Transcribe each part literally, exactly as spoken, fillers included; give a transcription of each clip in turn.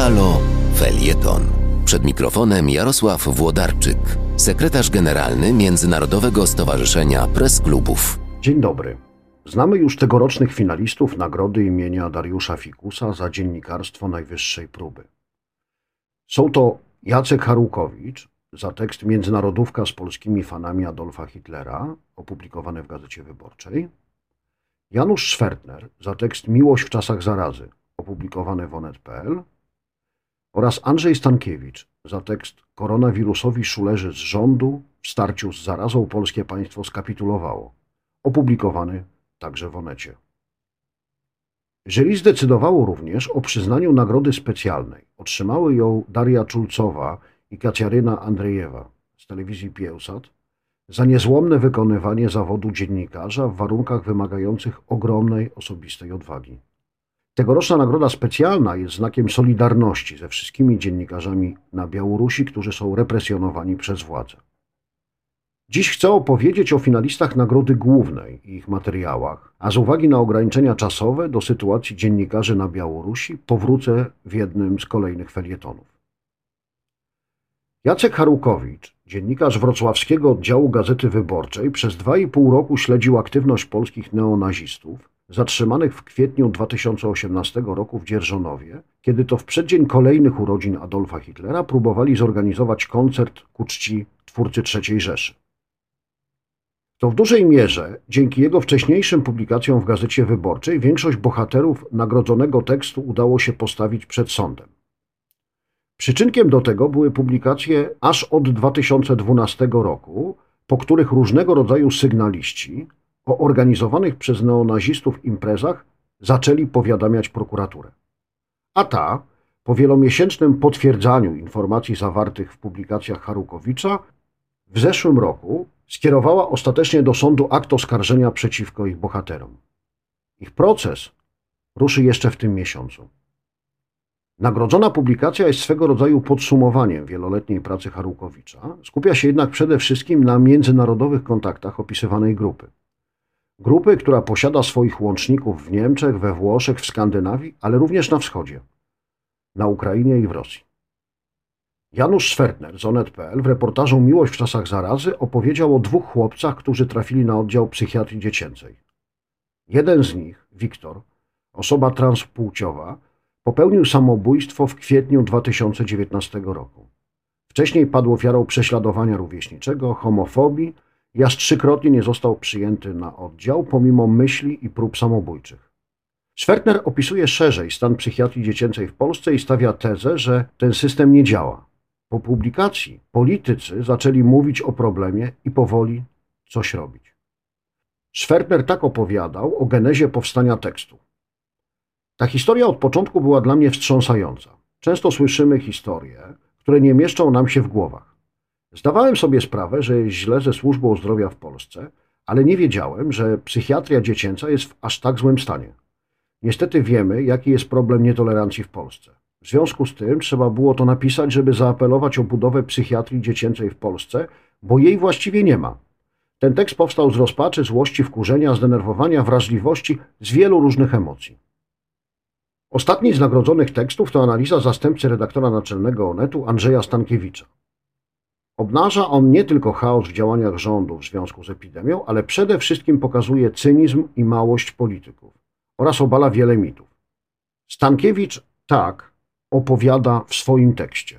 Halo Felieton. Przed mikrofonem Jarosław Włodarczyk, sekretarz generalny Międzynarodowego Stowarzyszenia Press Klubów. Dzień dobry. Znamy już tegorocznych finalistów nagrody imienia Dariusza Fikusa za dziennikarstwo najwyższej próby. Są to Jacek Harłkowicz za tekst Międzynarodówka z polskimi fanami Adolfa Hitlera, opublikowany w Gazecie Wyborczej, Janusz Szwertner za tekst Miłość w czasach zarazy, opublikowany w onet kropka pe el oraz Andrzej Stankiewicz za tekst Koronawirusowi szulerzy z rządu w starciu z zarazą polskie państwo skapitulowało, opublikowany także w Onecie. Jury zdecydowało również o przyznaniu nagrody specjalnej. Otrzymały ją Daria Czulcowa i Kaciaryna Andrejewa z telewizji Piełsat za niezłomne wykonywanie zawodu dziennikarza w warunkach wymagających ogromnej osobistej odwagi. Tegoroczna nagroda specjalna jest znakiem solidarności ze wszystkimi dziennikarzami na Białorusi, którzy są represjonowani przez władze. Dziś chcę opowiedzieć o finalistach nagrody głównej i ich materiałach, a z uwagi na ograniczenia czasowe do sytuacji dziennikarzy na Białorusi powrócę w jednym z kolejnych felietonów. Jacek Harłkowicz, dziennikarz wrocławskiego oddziału Gazety Wyborczej, przez dwa i pół roku śledził aktywność polskich neonazistów zatrzymanych w kwietniu dwa tysiące osiemnastego roku w Dzierżonowie, kiedy to w przeddzień kolejnych urodzin Adolfa Hitlera próbowali zorganizować koncert ku czci twórcy trzeciej Rzeszy. To w dużej mierze dzięki jego wcześniejszym publikacjom w Gazecie Wyborczej większość bohaterów nagrodzonego tekstu udało się postawić przed sądem. Przyczynkiem do tego były publikacje aż od dwa tysiące dwunastego roku, po których różnego rodzaju sygnaliści o organizowanych przez neonazistów imprezach zaczęli powiadamiać prokuraturę. A ta, po wielomiesięcznym potwierdzaniu informacji zawartych w publikacjach Harłkowicza, w zeszłym roku skierowała ostatecznie do sądu akt oskarżenia przeciwko ich bohaterom. Ich proces ruszy jeszcze w tym miesiącu. Nagrodzona publikacja jest swego rodzaju podsumowaniem wieloletniej pracy Harłkowicza, skupia się jednak przede wszystkim na międzynarodowych kontaktach opisywanej grupy. Grupy, która posiada swoich łączników w Niemczech, we Włoszech, w Skandynawii, ale również na wschodzie, na Ukrainie i w Rosji. Janusz Szwertner z onet kropka pe el w reportażu Miłość w czasach zarazy opowiedział o dwóch chłopcach, którzy trafili na oddział psychiatrii dziecięcej. Jeden z nich, Wiktor, osoba transpłciowa, popełnił samobójstwo w kwietniu dwa tysiące dziewiętnastego roku. Wcześniej padł ofiarą prześladowania rówieśniczego, homofobii i aż trzykrotnie nie został przyjęty na oddział, pomimo myśli i prób samobójczych. Szwertner opisuje szerzej stan psychiatrii dziecięcej w Polsce i stawia tezę, że ten system nie działa. Po publikacji politycy zaczęli mówić o problemie i powoli coś robić. Szwertner tak opowiadał o genezie powstania tekstu. Ta historia od początku była dla mnie wstrząsająca. Często słyszymy historie, które nie mieszczą nam się w głowach. Zdawałem sobie sprawę, że jest źle ze służbą zdrowia w Polsce, ale nie wiedziałem, że psychiatria dziecięca jest w aż tak złym stanie. Niestety wiemy, jaki jest problem nietolerancji w Polsce. W związku z tym trzeba było to napisać, żeby zaapelować o budowę psychiatrii dziecięcej w Polsce, bo jej właściwie nie ma. Ten tekst powstał z rozpaczy, złości, wkurzenia, zdenerwowania, wrażliwości, z wielu różnych emocji. Ostatni z nagrodzonych tekstów to analiza zastępcy redaktora naczelnego Onetu Andrzeja Stankiewicza. Obnaża on nie tylko chaos w działaniach rządu w związku z epidemią, ale przede wszystkim pokazuje cynizm i małość polityków oraz obala wiele mitów. Stankiewicz tak opowiada w swoim tekście.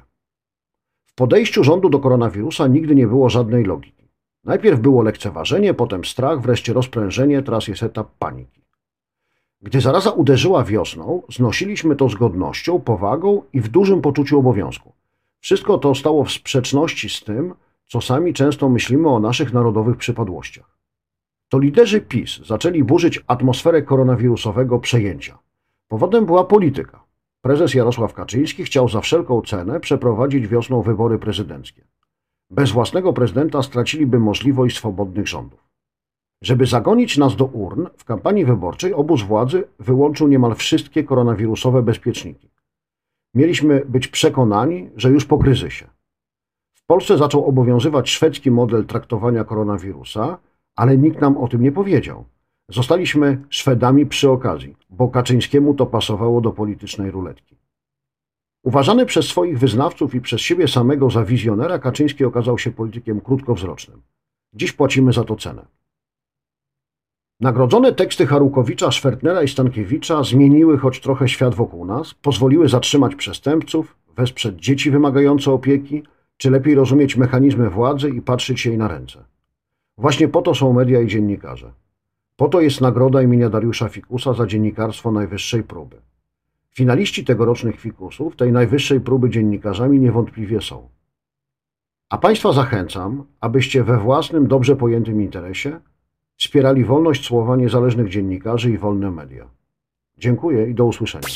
W podejściu rządu do koronawirusa nigdy nie było żadnej logiki. Najpierw było lekceważenie, potem strach, wreszcie rozprężenie, teraz jest etap paniki. Gdy zaraza uderzyła wiosną, znosiliśmy to z godnością, powagą i w dużym poczuciu obowiązku. Wszystko to stało w sprzeczności z tym, co sami często myślimy o naszych narodowych przypadłościach. To liderzy PiS zaczęli burzyć atmosferę koronawirusowego przejęcia. Powodem była polityka. Prezes Jarosław Kaczyński chciał za wszelką cenę przeprowadzić wiosną wybory prezydenckie. Bez własnego prezydenta straciliby możliwość swobodnych rządów. Żeby zagonić nas do urn, w kampanii wyborczej obóz władzy wyłączył niemal wszystkie koronawirusowe bezpieczniki. Mieliśmy być przekonani, że już po kryzysie. W Polsce zaczął obowiązywać szwedzki model traktowania koronawirusa, ale nikt nam o tym nie powiedział. Zostaliśmy Szwedami przy okazji, bo Kaczyńskiemu to pasowało do politycznej ruletki. Uważany przez swoich wyznawców i przez siebie samego za wizjonera, Kaczyński okazał się politykiem krótkowzrocznym. Dziś płacimy za to cenę. Nagrodzone teksty Harukowicza, Szwertnera i Stankiewicza zmieniły choć trochę świat wokół nas, pozwoliły zatrzymać przestępców, wesprzeć dzieci wymagające opieki, czy lepiej rozumieć mechanizmy władzy i patrzeć jej na ręce. Właśnie po to są media i dziennikarze. Po to jest nagroda imienia Dariusza Fikusa za dziennikarstwo najwyższej próby. Finaliści tegorocznych Fikusów tej najwyższej próby dziennikarzami niewątpliwie są. A Państwa zachęcam, abyście we własnym, dobrze pojętym interesie wspierali wolność słowa niezależnych dziennikarzy i wolne media. Dziękuję i do usłyszenia.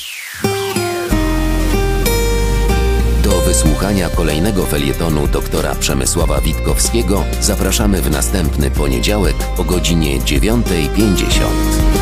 Do wysłuchania kolejnego felietonu doktora Przemysława Witkowskiego zapraszamy w następny poniedziałek o godzinie dziewiątej pięćdziesiąt.